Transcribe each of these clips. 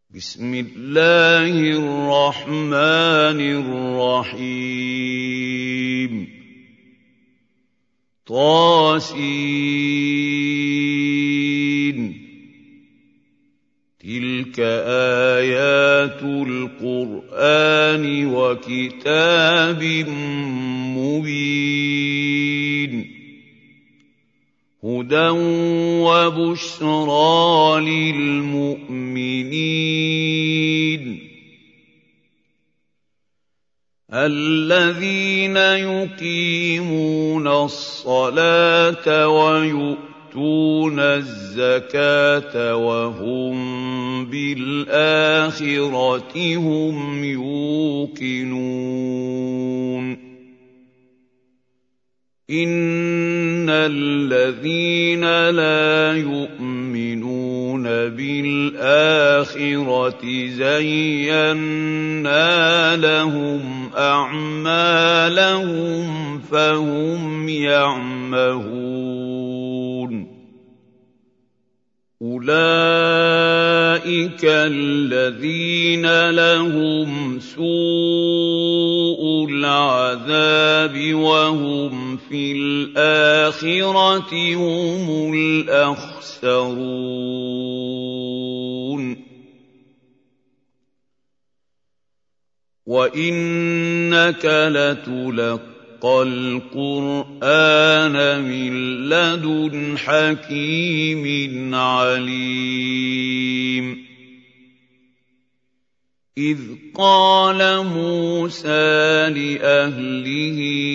بسم الله الرحمن الرحيم طاسين تلك آيات القرآن وكتاب مبين هدى وبشرى للمؤمنين الذين يقيمون الصلاة ويؤتون الزكاة وهم بالآخرة هم يوقنون إن الذين لا يؤمنون بالآخرة زينا لهم أعمالهم فهم يعمهون أولئك الذين لهم سوء العذاب وهم في الآخرة هم الأخسرون وإنك لتلقى القرآن من لدن حكيم عليم إذ قال موسى لأهله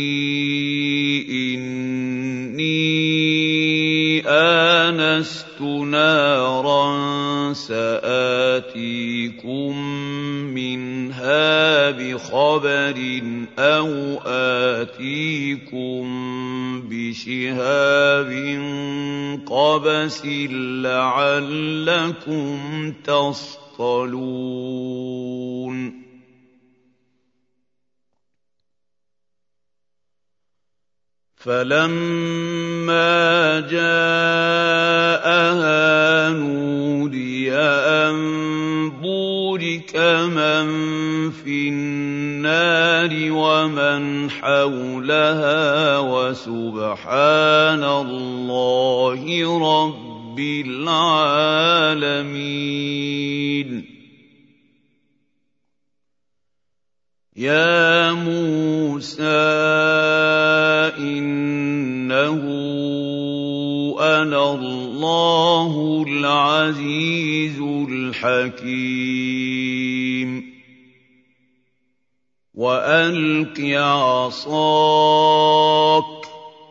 إني آنست نارا سآتيكم منها بخبر أو آتيكم بشهاب قبس لعلكم تصطلون فلما جاءها نودي أن بورك من في النار ومن حولها وسبحان الله رب العالمين يا موسى إنه أنا الله العزيز الحكيم وألق عصاك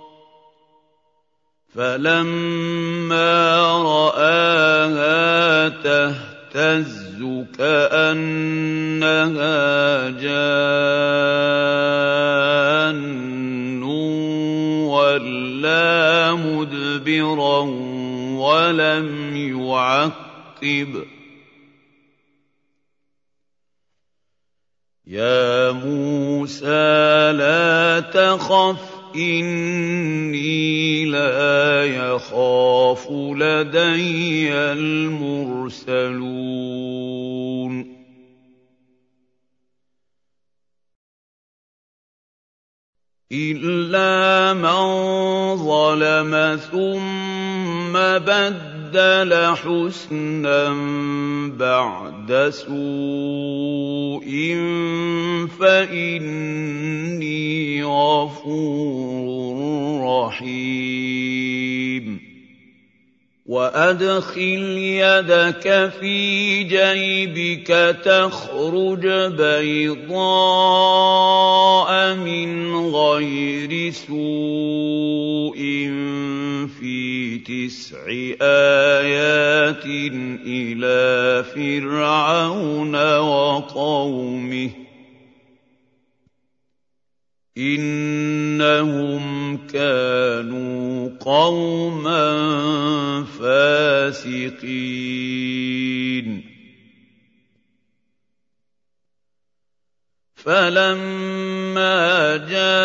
فلما رآها تهتز كأنها جان ولا مدبرا ولم يعقب يا موسى لا تخف إني لا يخاف لدي المرسلون إلا من ظلم ثم بدل حسنا بعد سوء فإني غفور رحيم وأدخل يدك في جيبك تخرج بيضاء من غير سوء في 9 آيات إلى فرعون وقومه إنهم كانوا قوما فاسقين فلما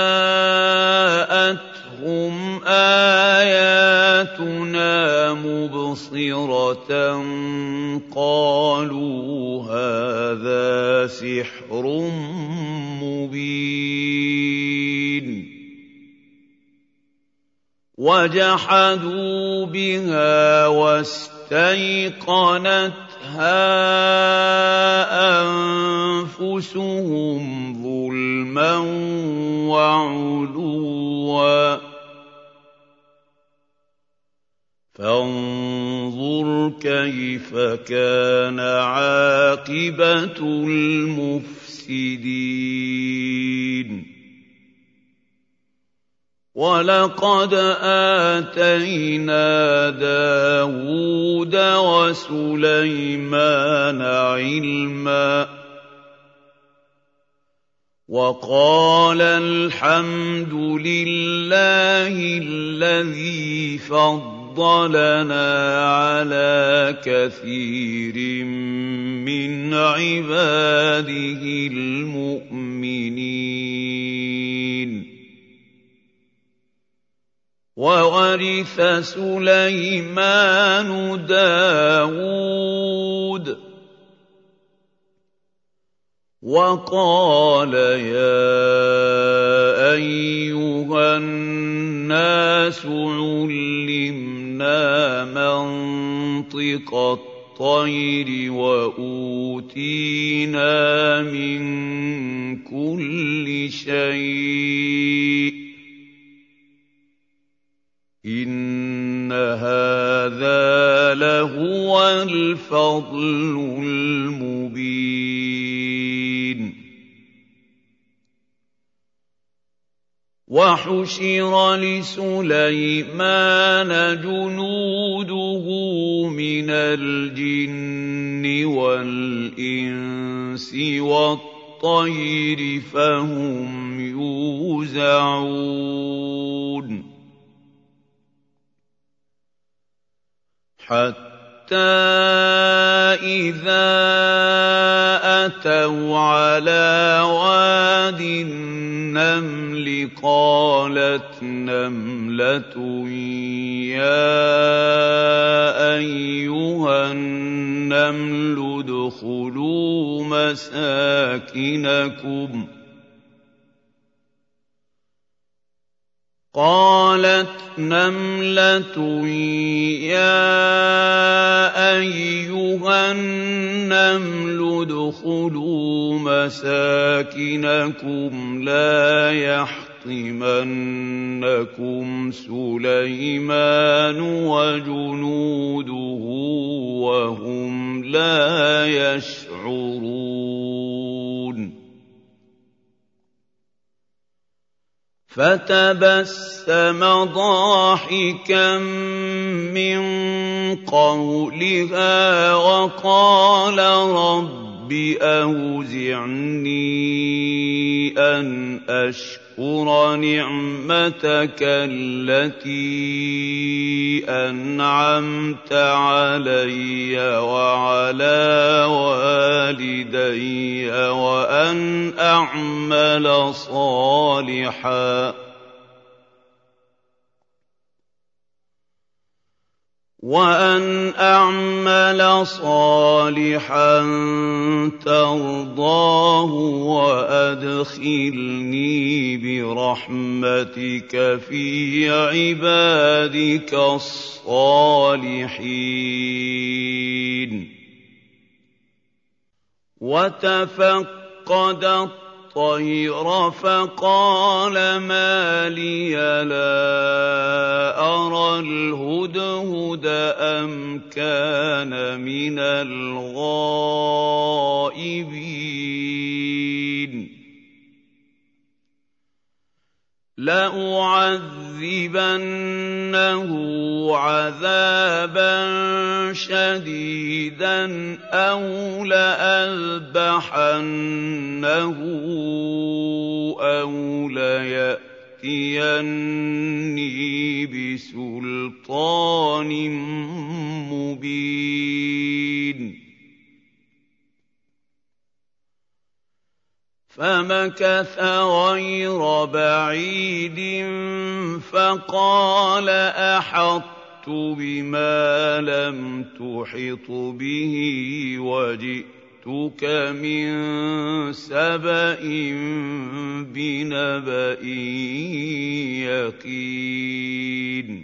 جاءتهم آياتنا مبصرة قالوا هَٰذَا سِحْرٌ مُّبِينٌ وَجَحَدُوا بِهَا وَاسْتَيْقَنَتْهَا أَنفُسُهُمْ ظُلْمًا وَعُلُوًّا ۚ فانظُرْ كَيْفَ كَانَ عَاقِبَةُ الْمُفْسِدِينَ وَلَقَدْ آتَيْنَا دَاوُودَ وَسُلَيْمَانَ عِلْمًا ۖ وَقَالَا الْحَمْدُ لِلَّهِ الَّذِي فَضَّلَنَا عَلَىٰ كَثِيرٍ مِّنْ عِبَادِهِ الْمُؤْمِنِينَ وَوَرِثَ سُلَيْمَانُ دَاوُودَ ۖ وَقَالَ يَا أَيُّهَا النَّاسُ عُلِّمْنَا مَنطِقَ الطَّيْرِ وَأُوتِينَا مِن كُلِّ شَيْءٍ ۖ إِنَّ هَٰذَا لَهُوَ الْفَضْلُ الْمُبِينُ وَحُشِرَ لِسُلَيْمَانَ جُنُودُهُ مِنَ الْجِنِّ وَالْإِنسِ وَالطَّيْرِ فَهُمْ يُوزَعُونَ حَتَّىٰ إِذَا أَتَوْا عَلَىٰ وَادِ النَّمْلِ قَالَتْ نَمْلَةٌ يَا أَيُّهَا النَّمْلُ ادْخُلُوا مَسَاكِنَكُمْ لَا يَحْطِمَنَّكُمْ سُلَيْمَانُ وَجُنُودُهُ وَهُمْ لَا يَشْعُرُونَ فَتَبَسَّمَ ضَاحِكًا مِّن قَوْلِهَا وَقَالَ رَبِّ أَوْزِعْنِي أَنْ أَشْكُرَ نِعْمَتَكَ الَّتِي أَنْعَمْتَ عَلَيَّ وَعَلَىٰ وَالِدَيَّ وَأَنْ أَعْمَلَ صَالِحًا تَرْضَاهُ وَأَدْخِلْنِي بِرَحْمَتِكَ فِي عِبَادِكَ الصَّالِحِينَ وَتَفَقَّدَ الطَّيْرَ فَقَالَ مَا لِيَ لَا أَرَى الْهُدْهُدَ أَمْ كَانَ مِنَ الْغَائِبِينَ لَأُعَذِّبَنَّهُ عَذَابًا شَدِيدًا أَوْ لَأَذْبَحَنَّهُ أَوْ لَيَأْتِيَنِّي بِسُلْطَانٍ مُّبِينٍ فَمَكَثَ غَيْرَ بَعِيدٍ فَقَالَ أَحَطتُ بِمَا لَمْ تُحِطْ بِهِ وَجِئْتُكَ جِئْتُكَ مِن سَبَإٍ بِنَبَإٍ يَقِينٍ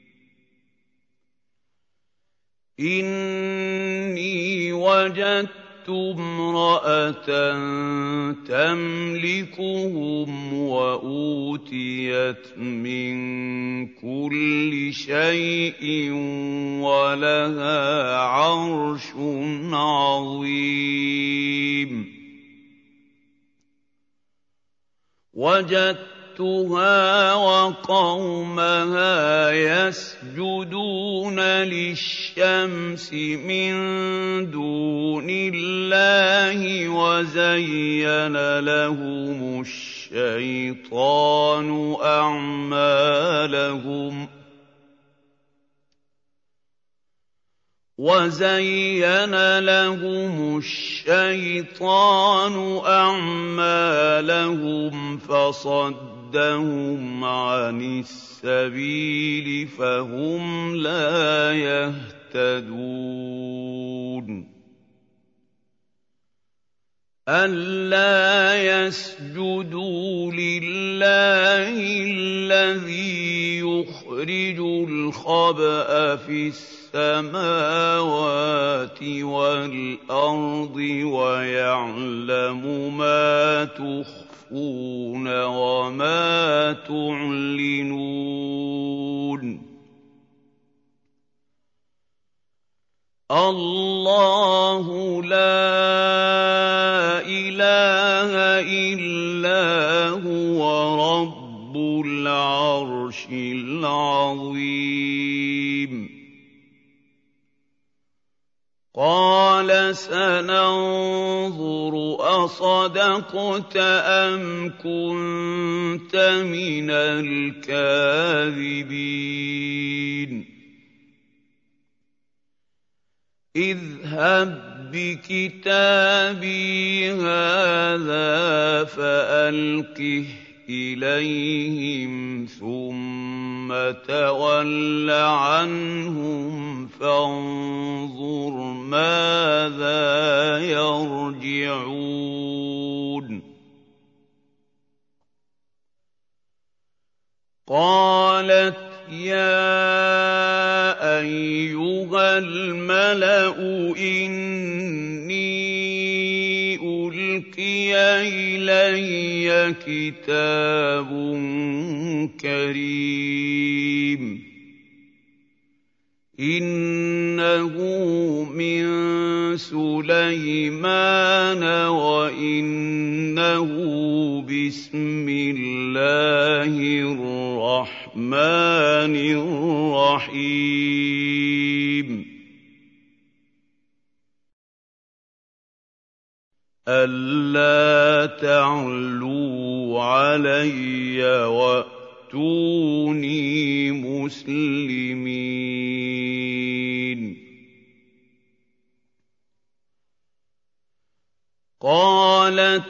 إِنِّي وَجَدتُّ امْرَأَةً تَمْلِكُهُمْ وَأُوتِيَتْ مِن كُلِّ شَيْءٍ وَلَهَا عَرْشٌ عَظِيمٌ وَجَدتُّهَا وَقَوْمَهَا يَسْجُدُونَ لِلشَّمْسِ مِن دُونِ اللَّهِ وَزَيَّنَ لَهُمُ الشَّيْطَانُ أَعْمَالَهُمْ فَصَدَّهُمْ عَنِ السَّبِيلِ فَهُمْ لَا يَهْتَدُونَ أَلَّا يَسْجُدُوا لِلَّهِ الَّذِي يُخْرِجُ الْخَبْءَ فِي السَّمَاوَاتِ وَالْأَرْضِ وَيَعْلَمُ مَا تُخْفُونَ وَمَا تُعْلِنُونَ اللَّهُ لَا إِلَٰهَ إِلَّا هُوَ رَبُّ الْعَرْشِ الْعَظِيمِ قَالَ سَنَنظُرُ أَصَدَقْتَ أَمْ كُنتَ مِنَ الْكَاذِبِينَ اذْهَب بِّكِتَابِي هَٰذَا فَأَلْقِهْ إِلَيْهِمْ ثُمَّ تَوَلَّ عَنْهُمْ فَانظُرْ مَاذَا يَرْجِعُونَ قَالَتْ يَا أَيُّهَا الْمَلَأُ إِنِّي أُلْقِيَ إِلَيَّ كِتَابٌ كَرِيمٌ إِنَّهُ مِن سُلَيْمَانَ وَإِنَّهُ بِسْمِ اللَّهِ الرَّحْمَٰنِ الرَّحِيمِ أَلَّا تَعْلُوا عَلَيَّ وَأْتُونِي مُسْلِمِينَ قَالَتْ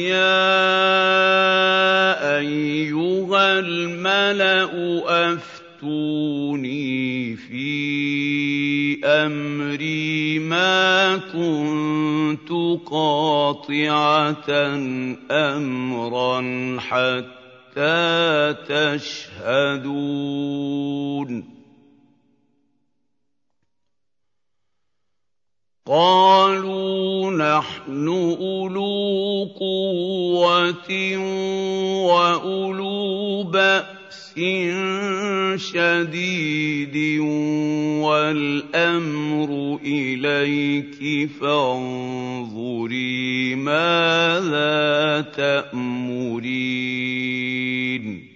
يَا أَيُّهَا الْمَلَأُ أَفْتُونِي فِي أَمْرِي مَا كُنتُ قَاطِعَةً أَمْرًا حَتَّىٰ تَشْهَدُونِ قَالُوا نَحْنُ أُولُو قُوَّةٍ وَأُولُو بَأْسٍ شَدِيدٍ وَالْأَمْرُ إِلَيْكِ فَانظُرِي مَاذَا تَأْمُرِينَ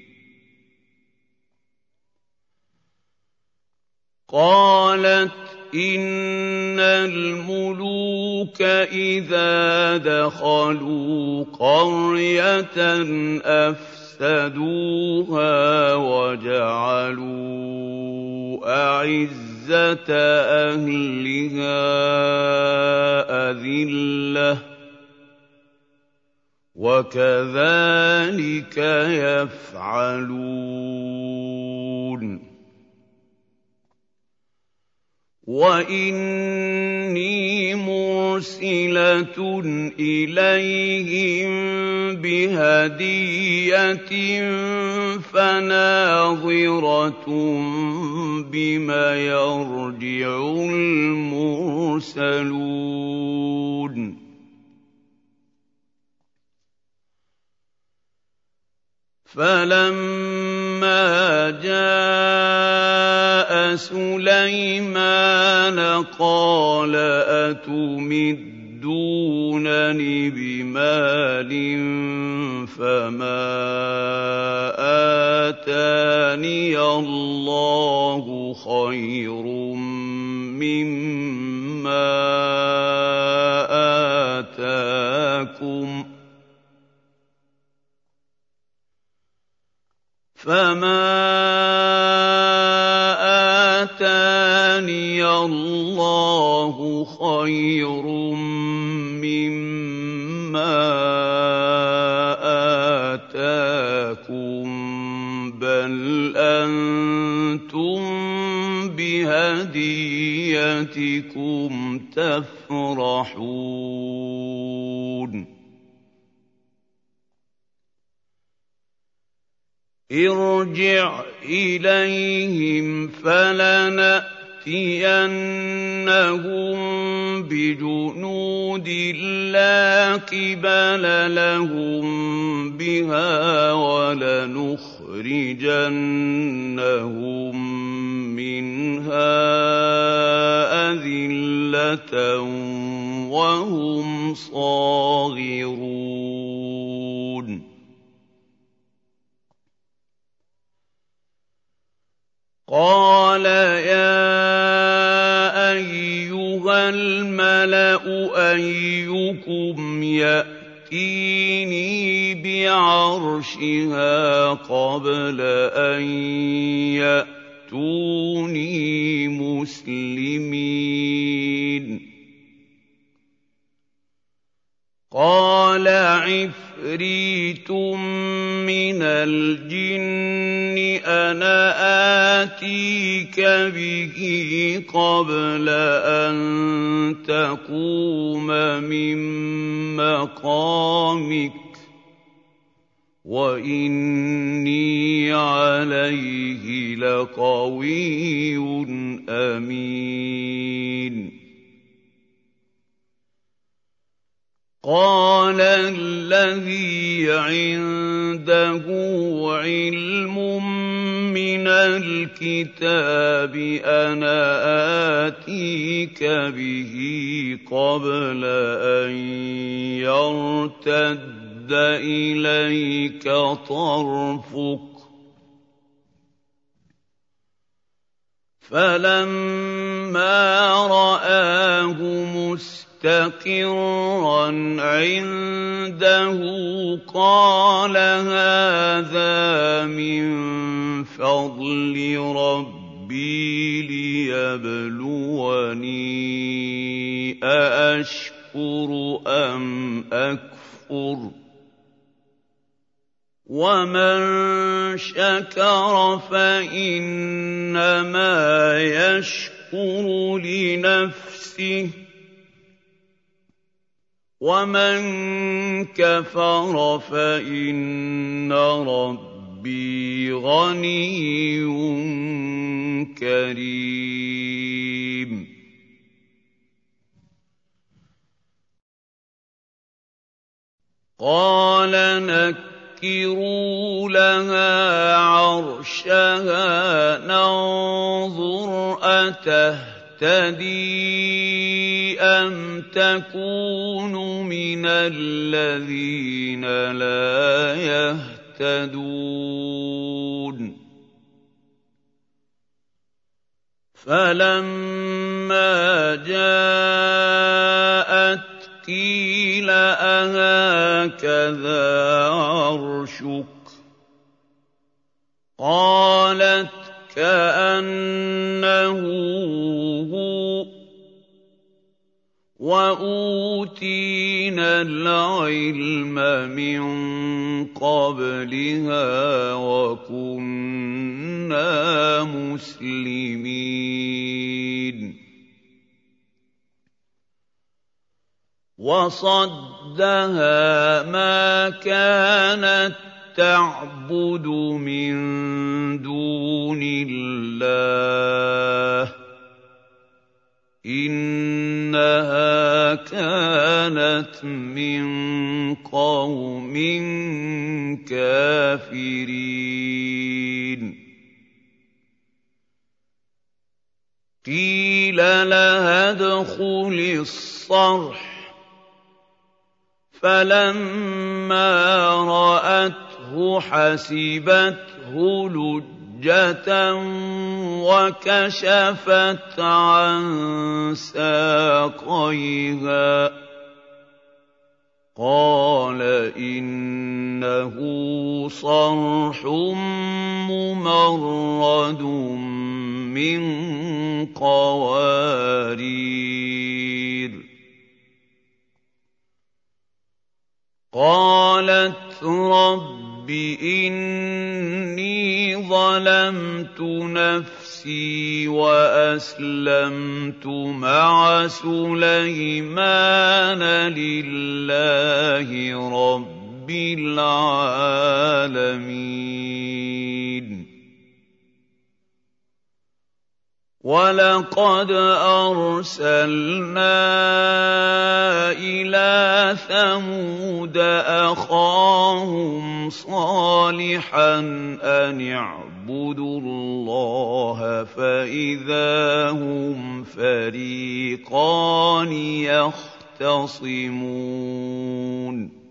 قَالَتْ إِنَّ الْمُلُوكَ إِذَا دَخَلُوا قَرْيَةً أَفْسَدُوهَا وَجَعَلُوا أَعِزَّةَ أَهْلِهَا أَذِلَّةً ۖ وَكَذَٰلِكَ يَفْعَلُونَ وَإِنِّي مُرْسِلَةٌ إِلَيْهِم بِهَدِيَّةٍ فَنَاظِرَةٌ بِمَ يَرْجِعُ الْمُرْسَلُونَ فَلَمَّا جَاءَ سُلَيْمَانَ قَالَ أَتُمِدُّونَنِ بِمَالٍ فَمَا آتَانِيَ اللَّهُ خَيْرٌ مِّمَّا آتَاكُمْ بَلْ أَنتُم بِهَدِيَّتِكُمْ تَفْرَحُونَ ارْجِعْ إِلَيْهِمْ فَلَنَأْتِيَنَّهُم بِجُنُودٍ لَّا قِبَلَ لَهُم بِهَا وَلَنُخْرِجَنَّهُم مِّنْهَا أَذِلَّةً وَهُمْ صَاغِرُونَ قَالَ يَا أَيُّهَا الْمَلَأُ أَيُّكُمْ يَأْتِينِي بِعَرْشِهَا قَبْلَ أَن يَأْتُونِي مُسْلِمِينَ قَالَ عِفْرِيتٌ مِّنَ الْجِنِّ أَنَا آتِيكَ بِهِ قَبْلَ أَن تَقُومَ مِن مَّقَامِكَ وَإِنِّي عَلَيْهِ لَقَوِيٌّ أَمِينٌ قَالَ الَّذِي عِندَهُ عِلْمٌ مِّنَ الْكِتَابِ أَنَا آتِيكَ بِهِ قَبْلَ أَن يَرْتَدَّ إِلَيْكَ طَرْفُكَ فَلَمَّا رَآهُ مُسْتَقِرًّا عِندَهُ قَالَ هَٰذَا مِن فَضْلِ رَبِّي لِيَبْلُوَنِي أَأَشْكُرُ أَمْ أَكْفُرُ وَمَن شَكَرَ فَإِنَّمَا يَشْكُرُ لِنَفْسِهِ وَمَن كَفَرَ فَإِنَّ رَبِّي غَنِيٌّ كَرِيمٌ قَالَ نَكِّرُوا لَهَا عَرْشَهَا نَنظُرْ أَتَهْتَدِي أَمْ تَكُونُ مِنَ الَّذِينَ لَا يَهْتَدُونَ فَلَمَّا جَاءَتْ قِيلَ أَهَٰكَذَا عَرْشُكِ ۖ قَالَتْ كَأَنَّهُ هُوَ ۚ وَأُوتِينَا الْعِلْمَ مِن قَبْلِهَا وَكُنَّا مُسْلِمِينَ وَصَدَّهَا مَا كَانَت تَّعْبُدُ مِن دُونِ اللَّهِ ۖ إِنَّهَا كَانَتْ مِن قَوْمٍ كَافِرِينَ قِيلَ لَهَا ادْخُلِي الصَّرْحَ ۖ فَلَمَّا رَأَتْهُ حَسِبَتْهُ لُجَّةً وَكَشَفَتْ عَن سَاقَيْهَا ۚ قَالَ إِنَّهُ صَرْحٌ مُّمَرَّدٌ مِّن قَوَارِيرَ. قَالَتْ رَبِّ إِنِّي ظَلَمْتُ نَفْسِي وَأَسْلَمْتُ مَعَ سُلَيْمَانَ لِلَّهِ رَبِّ الْعَالَمِينَ وَلَقَدْ أَرْسَلْنَا إِلَىٰ ثَمُودَ أَخَاهُمْ صَالِحًا أَنِ اعْبُدُوا اللَّهَ فَإِذَا هُمْ فَرِيقَانِ يَخْتَصِمُونَ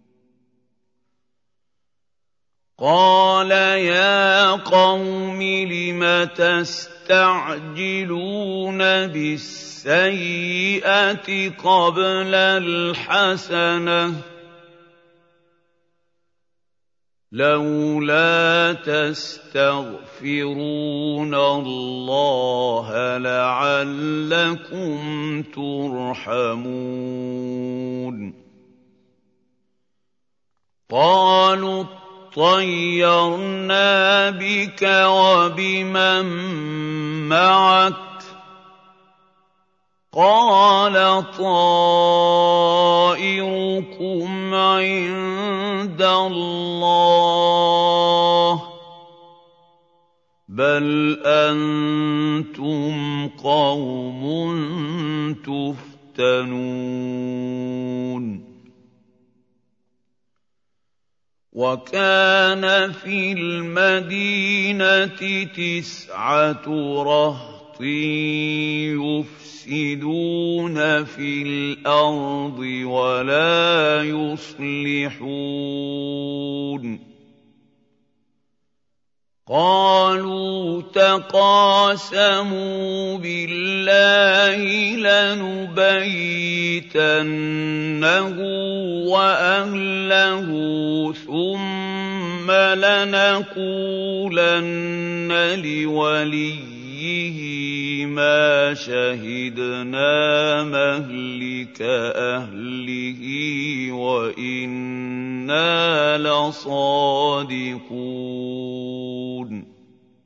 قَالَ يَا قَوْمِ لِمَ تَسْتَعْجِلُونَ بِالسَّيِّئَةِ قَبْلَ الْحَسَنَةِ ۖ لَوْلَا تَسْتَغْفِرُونَ اللَّهَ لَعَلَّكُمْ تُرْحَمُونَ قَالُوا طَيَّرْنَا بِكَ وَبِمَن مَّعَكَ ۚ قَالَ طَائِرُكُمْ عِندَ اللَّهِ ۖ بَلْ أَنتُمْ قَوْمٌ تُفْتَنُونَ وَكَانَ فِي الْمَدِينَةِ 9 رَهْطٍ يُفْسِدُونَ فِي الْأَرْضِ وَلَا يُصْلِحُونَ قَالُوا تَقَاسَمُوا بِاللَّهِ لَنُبَيِّتَنَّهُ وَأَهْلَهُ ثُمَّ لَنَقُولَنَّ لِوَلِيِّهِ مَا شَهِدْنَا مَهْلِكَ أَهْلِهِ وَإِنَّا لَصَادِقُونَ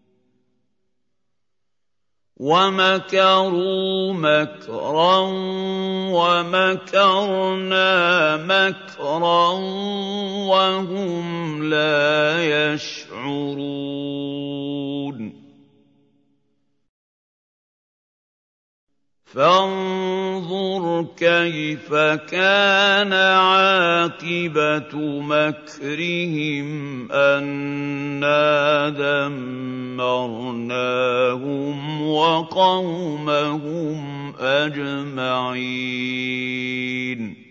وَمَكَرُوا مَكْرًا وَمَكَرْنَا مَكْرًا وَهُمْ لَا يَشْعُرُونَ فَانظُرْ كَيْفَ كَانَ عَاقِبَةُ مَكْرِهِمْ أَنَّا دَمَّرْنَاهُمْ وَقَوْمَهُمْ أَجْمَعِينَ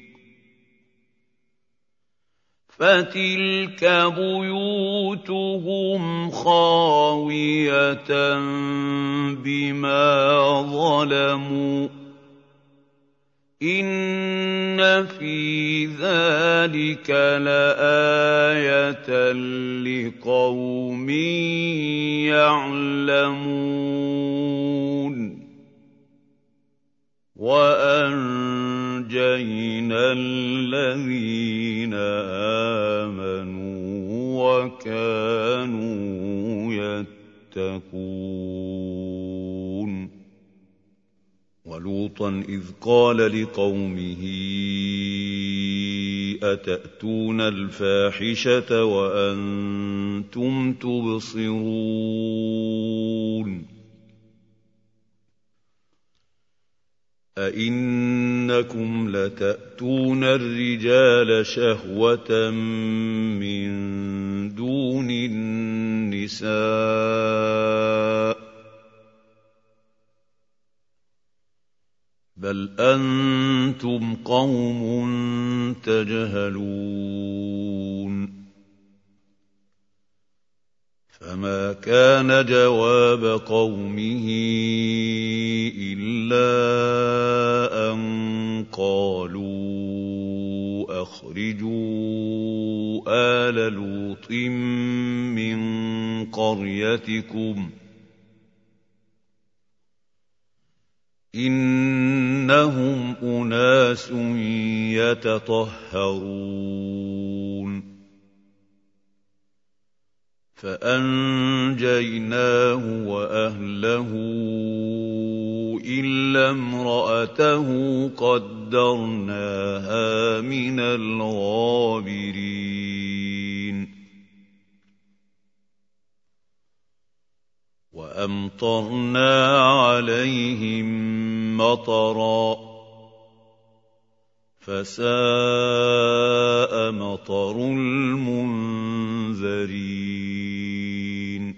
فَتِلْكَ بُيُوتُهُمْ خَاوِيَةً بِمَا ظَلَمُوا ۗ إِنَّ فِي ذَلِكَ لَآيَةً لِقَوْمٍ يَعْلَمُونَ وَأَنجَيْنَا الَّذِينَ آمَنُوا وَكَانُوا يَتَّقُونَ وَلُوطًا إِذْ قَالَ لِقَوْمِهِ أَتَأْتُونَ الْفَاحِشَةَ وَأَنْتُمْ تُبْصِرُونَ أَئِنَّكُمْ لَتَأْتُونَ الرِّجَالَ شَهْوَةً مِّن دُونِ النِّسَاءِ بَلْ أَنتُمْ قَوْمٌ تَجْهَلُونَ فَمَا كَانَ جَوَابَ قَوْمِهِ إِلَّا أَن قَالُوا أَخْرِجُوا آلَ لُوطٍ مِّن قَرْيَتِكُمْ إِنَّهُمْ أُنَاسٌ يَتَطَهَّرُونَ فَأَنجَيْنَاهُ وَأَهْلَهُ إِلَّا امْرَأَتَهُ قَدَّرْنَاهَا مِنَ الْغَابِرِينَ وَأَمْطَرْنَا عَلَيْهِم مَّطَرًا ۖ فَسَاءَ مَطَرُ الْمُنذَرِينَ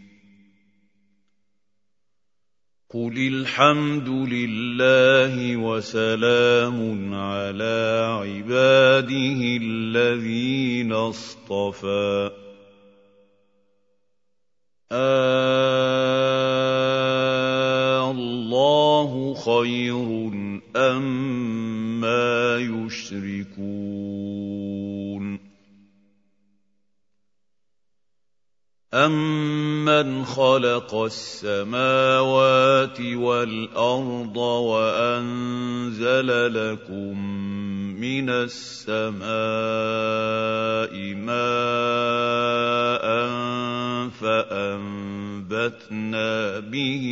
قُلِ الْحَمْدُ لِلَّهِ وَسَلَامٌ عَلَىٰ عِبَادِهِ الَّذِينَ اصْطَفَىٰ اللَّهُ خَيْرٌ أَمَّا يُشْرِكُونَ أَمَّنْ خَلَقَ السَّمَاوَاتِ وَالْأَرْضَ وَأَنزَلَ لَكُم مِّنَ السَّمَاءِ مَاءً فَأَنبَتْنَا بِهِ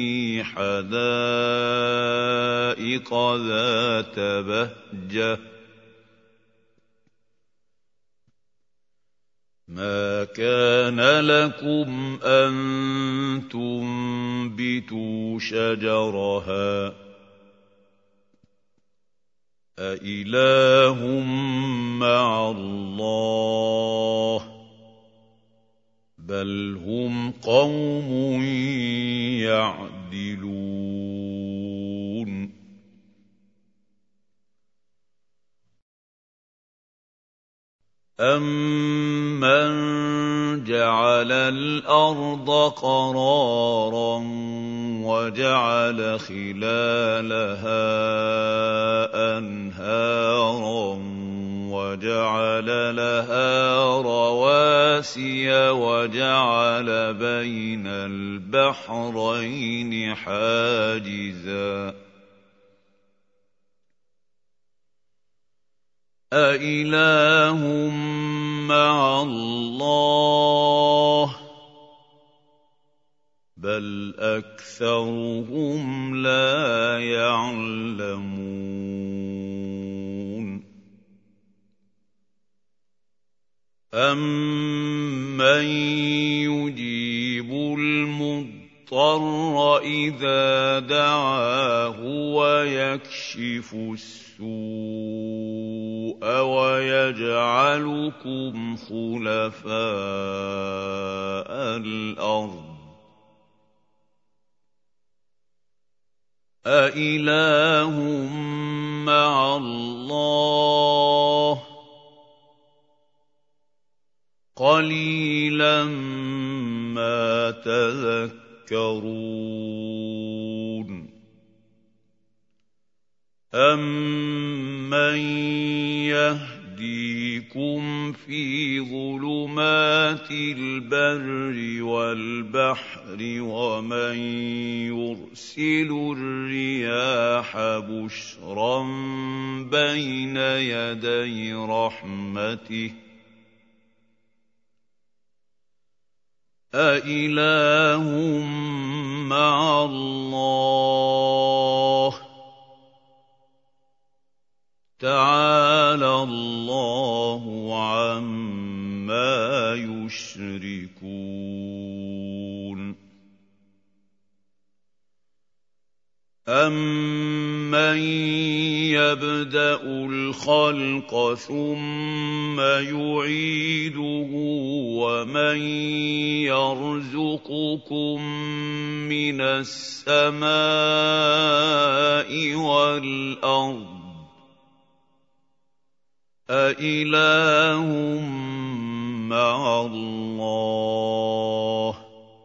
حَدَائِقَ ذَاتَ بَهْجَةٍ مَا كَانَ لَكُمْ أَن تُنبِتُوا شَجَرَهَا أَإِلَٰهٌ مَّعَ اللَّهِ ۚ بَلْ هُمْ قَوْمٌ يَعْدِلُونَ أَمَّن جَعَلَ الْأَرْضَ قَرَارًا وَجَعَلَ خِلَالَهَا أَنْهَارًا وَجَعَلَ لَهَا رَوَاسِيَ وَجَعَلَ بَيْنَ الْبَحْرَيْنِ حَاجِزًا أَإِلَٰهٌ مَّعَ اللَّهِ ۚ بَلْ أَكْثَرُهُمْ لَا يَعْلَمُونَ أَمَّن يُجِيبُ الْمُضْطَرَّ إِذَا دَعَاهُ وَيَكْشِفُ السُّوءَ وَيَجْعَلُكُمْ خُلَفَاءَ الْأَرْضِ أَإِلَٰهٌ مَّعَ اللَّهِ ۚ قَلِيلًا مَّا تَذَكَّرُونَ أَمَّن جَعَلَ الْأَرْضَ قَرَارًا وَجَعَلَ خِلَالَهَا أَنْهَارًا وَجَعَلَ لَهَا رَوَاسِيَ وَجَعَلَ بَيْنَ الْبَحْرَيْنِ حَاجِزًا أَإِلَٰهٌ مَّعَ اللَّهِ ۚ قَلِيلًا مَّا تَذَكَّرُونَ أَمَّن يَهْدِيكُمْ فِي ظُلُمَاتِ الْبَرِّ وَالْبَحْرِ وَمَن يُرْسِلُ الرِّيَاحَ بُشْرًا بَيْنَ يَدَيْ رَحْمَتِهِ أَإِلَٰهٌ مَّعَ اللَّهِ ۚ تَعَالَى اللَّهُ عَمَّا يُشْرِكُونَ أَمَّن يَبْدَأُ الْخَلْقَ ثُمَّ يُعِيدُهُ وَمَن يَرْزُقُكُم مِّنَ السَّمَاءِ وَالْأَرْضِ أَإِلَٰهٌ مَّعَ اللَّهِ ۚ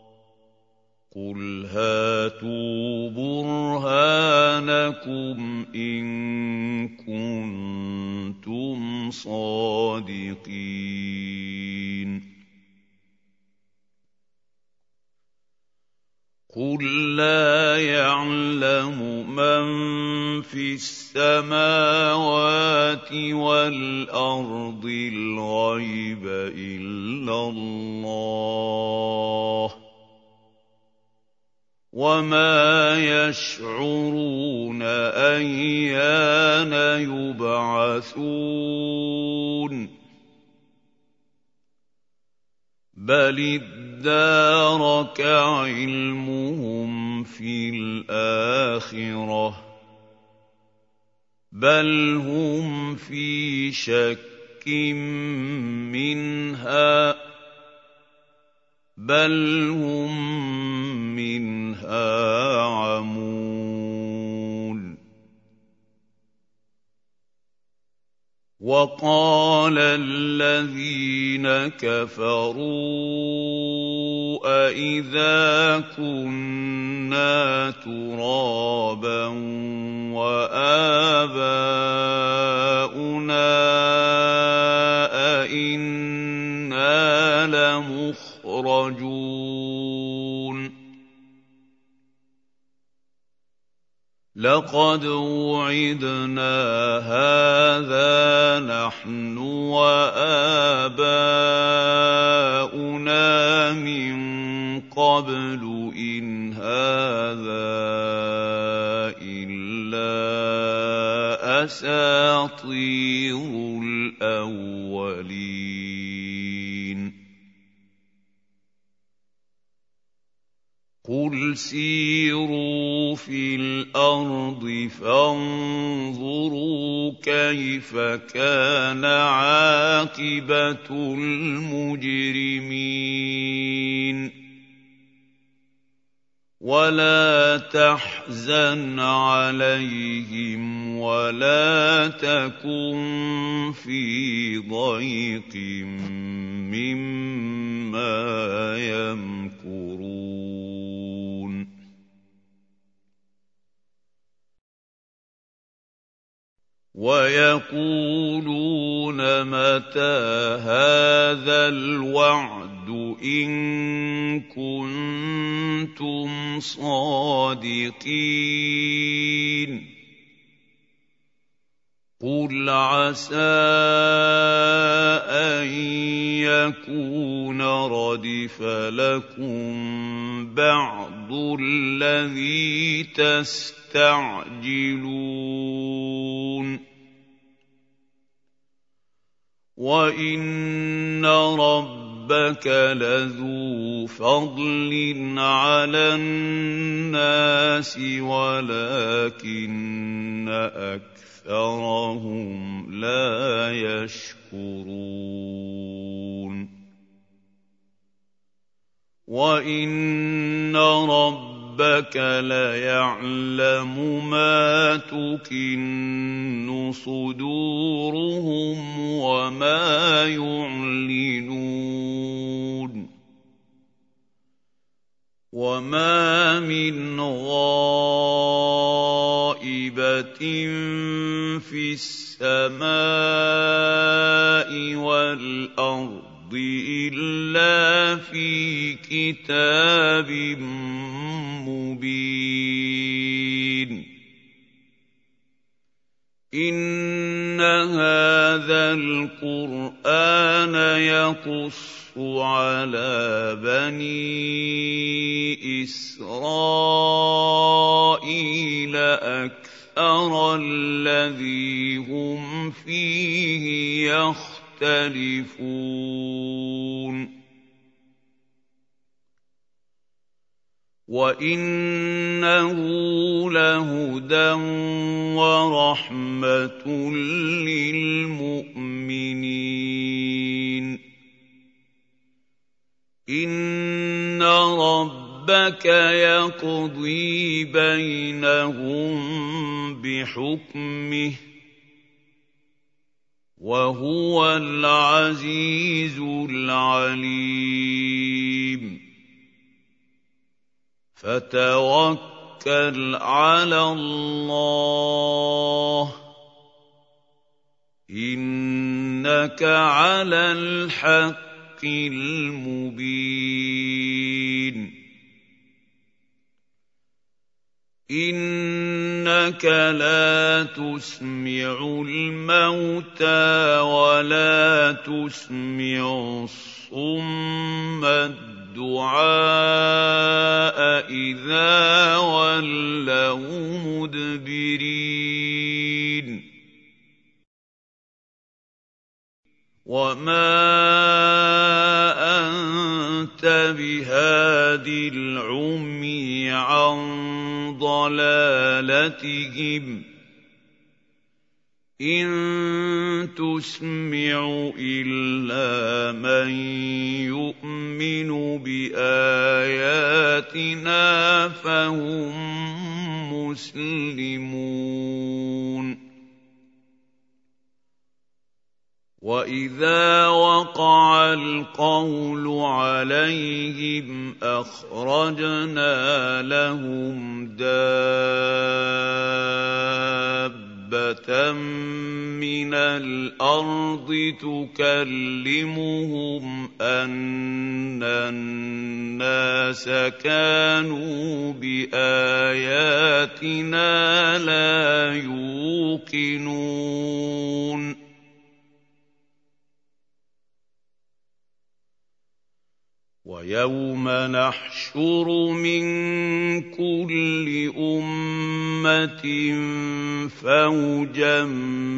قُلْ هَاتُوا بُرْهَانَكُمْ إِن كُنتُمْ صَادِقِينَ قُل لَّا يَعْلَمُ مَن فِي السَّمَاوَاتِ وَالْأَرْضِ الْغَيْبَ إِلَّا اللَّهُ ۚ وَمَا يَشْعُرُونَ أَيَّانَ يُبْعَثُونَ بَلِ ادَّارَكَ عِلْمُهُمْ فِي الْآخِرَةِ ۚ بَلْ هُمْ فِي شَكٍّ مِّنْهَا ۖ بَلْ هُم مِّنْهَا عَمُونَ وَقَالَ الَّذِينَ كَفَرُوا أَإِذَا كُنَّا تُرَابًا وَآبَاؤُنَا أَإِنَّا لَمُخْرَجُونَ لَقَدْ وُعِدْنَا هَٰذَا نَحْنُ وَآبَاؤُنَا مِن قَبْلُ إِنْ هَٰذَا إِلَّا أَسَاطِيرُ الْأَوَّلِينَ قُلْ سِيرُوا فِي الْأَرْضِ فَانظُرُوا كَيْفَ كَانَ عَاقِبَةُ الْمُجْرِمِينَ وَلَا تَحْزَنْ عَلَيْهِمْ وَلَا تَكُن فِي ضَيْقٍ مِّمَّا يَمْكُرُونَ وَيَقُولُونَ مَتَىٰ هَٰذَا الْوَعْدُ إِن كُنتُمْ صَادِقِينَ قُلْ عَسَىٰ أَن يَكُونَ رَدِفَ لَكُم بَعْضُ الَّذِي تَسْتَعْجِلُونَ وَإِنَّ رَبَّكَ لَذُو فَضْلٍ عَلَى النَّاسِ وَلَٰكِنَّ أَكْثَرَهُمْ لَا يَشْكُرُونَ وَإِنَّ رَبَّكَ لَيَعْلَمُ مَا تُكِنُّ صُدُورُهُمْ وَمَا يُعْلِنُونَ وَمَا مِنْ غَائِبَةٍ فِي السَّمَاءِ وَالْأَرْضِ إِلَّا فِي كِتَابٍ مُّبِينٍ إِنَّ هَٰذَا الْقُرْآنَ يَقُصُّ عَلَىٰ بَنِي إِسْرَائِيلَ أَكْثَرَ الْأَمْرَ الَّذِي هُمْ فِيهِ يَخْتَلِفُونَ وَإِنَّهُ لَهُدًى وَرَحْمَةٌ لِّلْمُؤْمِنِينَ إِنَّ رَبَّكَ يَقْضِي بَيْنَهُم بِحُكْمِهِ وَهُوَ الْعَزِيزُ الْعَلِيمُ فَتَوَكَّلْ عَلَى اللَّهِ إِنَّكَ عَلَى الْحَقِّ الْمُبِينِ إِنَّكَ لَا تُسْمِعُ الْمَوْتَىٰ وَلَا تُسْمِعُ الصُّمَّ الدُّعَاءَ إِذَا وَلَّوْا مُدْبِرِينَ وَمَا أَنتَ بِهَادِ الْعُمْيِ عَن ضَلَالَتِهِمْ ۖ إِن تُسْمِعُ إِلَّا مَن يُؤْمِنُ بِآيَاتِنَا فَهُم مُّسْلِمُونَ وَإِذَا وَقَعَ الْقَوْلُ عَلَيْهِمْ أَخْرَجْنَا لَهُمْ دَابَّةً مِّنَ الْأَرْضِ تُكَلِّمُهُمْ أَنَّ النَّاسَ كَانُوا بِآيَاتِنَا لَا يُوقِنُونَ وَيَوْمَ نَحْشُرُ مِن كُلِّ أُمَّةٍ فَوْجًا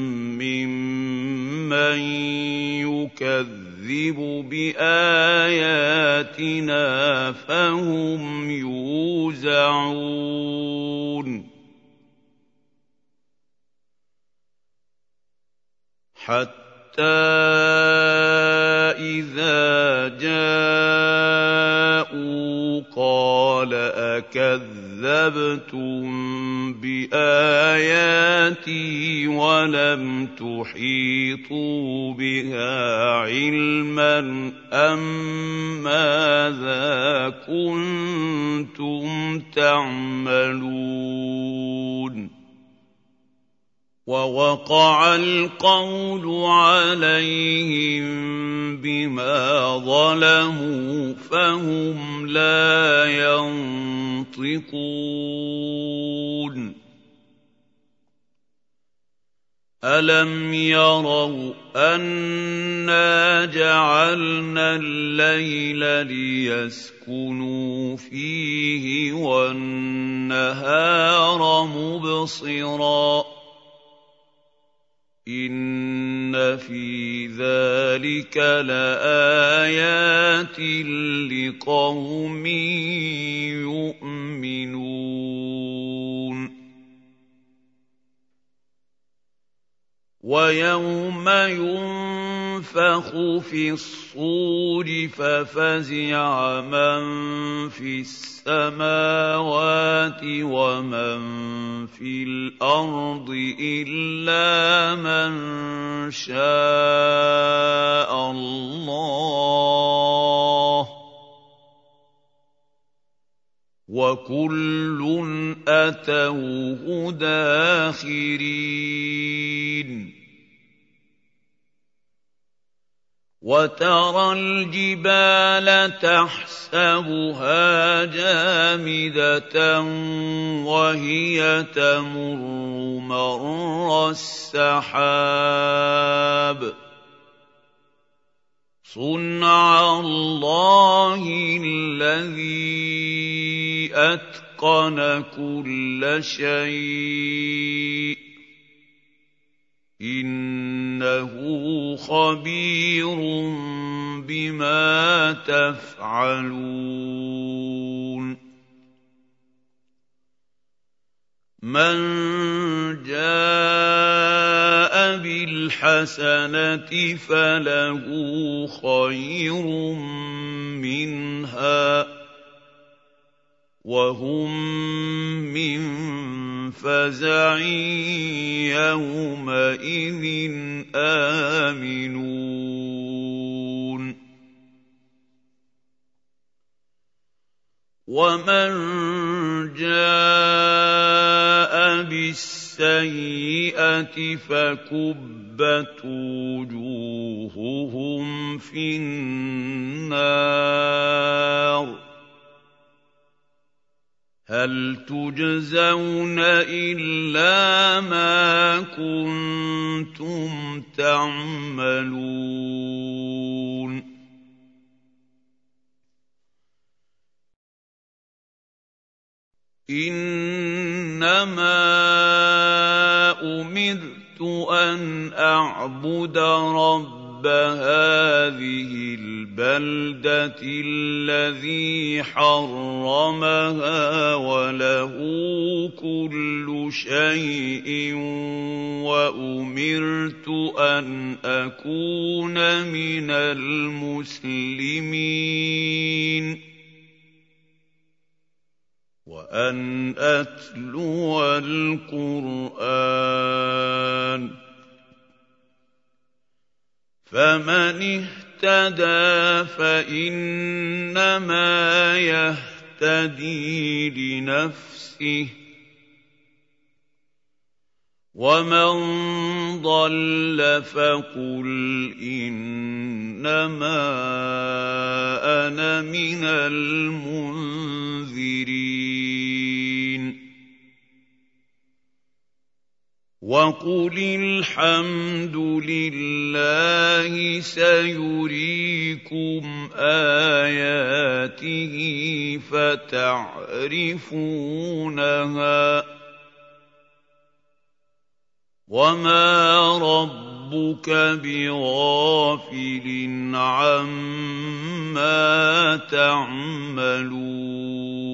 مِّمَّن يُكَذِّبُ بِآيَاتِنَا فَهُمْ يُوزَعُونَ حَتَّىٰ إِذَا جَاءُوا قَالَ أَكَذَّبْتُم بِآيَاتِي وَلَمْ تُحِيطُوا بِهَا عِلْمًا أَم مَّاذَا كُنتُمْ تَعْمَلُونَ وَوَقَعَ الْقَوْلُ عَلَيْهِم بِمَا ظَلَمُوا فَهُمْ لَا يَنطِقُونَ أَلَمْ يَرَوْا أَنَّا جَعَلْنَا اللَّيْلَ لِيَسْكُنُوا فِيهِ وَالنَّهَارَ مُبْصِرًا إِنَّ فِي ذَلِكَ لَآيَاتٍ لِقَوْمٍ يُؤْمِنُونَ وَيَوْمَ يُنفَخُ فِي الصُّورِ فَفَزِعَ مَن فِي السَّمَاوَاتِ وَمَن فِي الْأَرْضِ إِلَّا مَن شَاءَ اللَّهُ وَكُلٌّ أَتَوْهُ دَاخِرِينَ وَتَرَى الْجِبَالَ تَحْسَبُهَا جَامِدَةً وَهِيَ تَمُرُّ مَرَّ السَّحَابِ صُنْعَ اللَّهِ الَّذِي أَتْقَنَ أتقن كل شيء إنه خبير بما تفعلون من جاء بالحسنة فله خير منها وهم من فزع يومئذ آمنون ومن جاء بالسيئة فكبت وجوههم في النار هل تجزون إلا ما كنتم تعملون إنما أمرت أن أعبد رب هذه البلدة الذي حرمها وله كل شيء وأمرت أن أكون من المسلمين وأن أتلو القرآن فمن اهتدى فإنما يهتدي لنفسه ومن ضل فقل إنما أنا من المنذرين وقل الحمد لله سيريكم آياته فتعرفونها وما ربك بغافل عما تعملون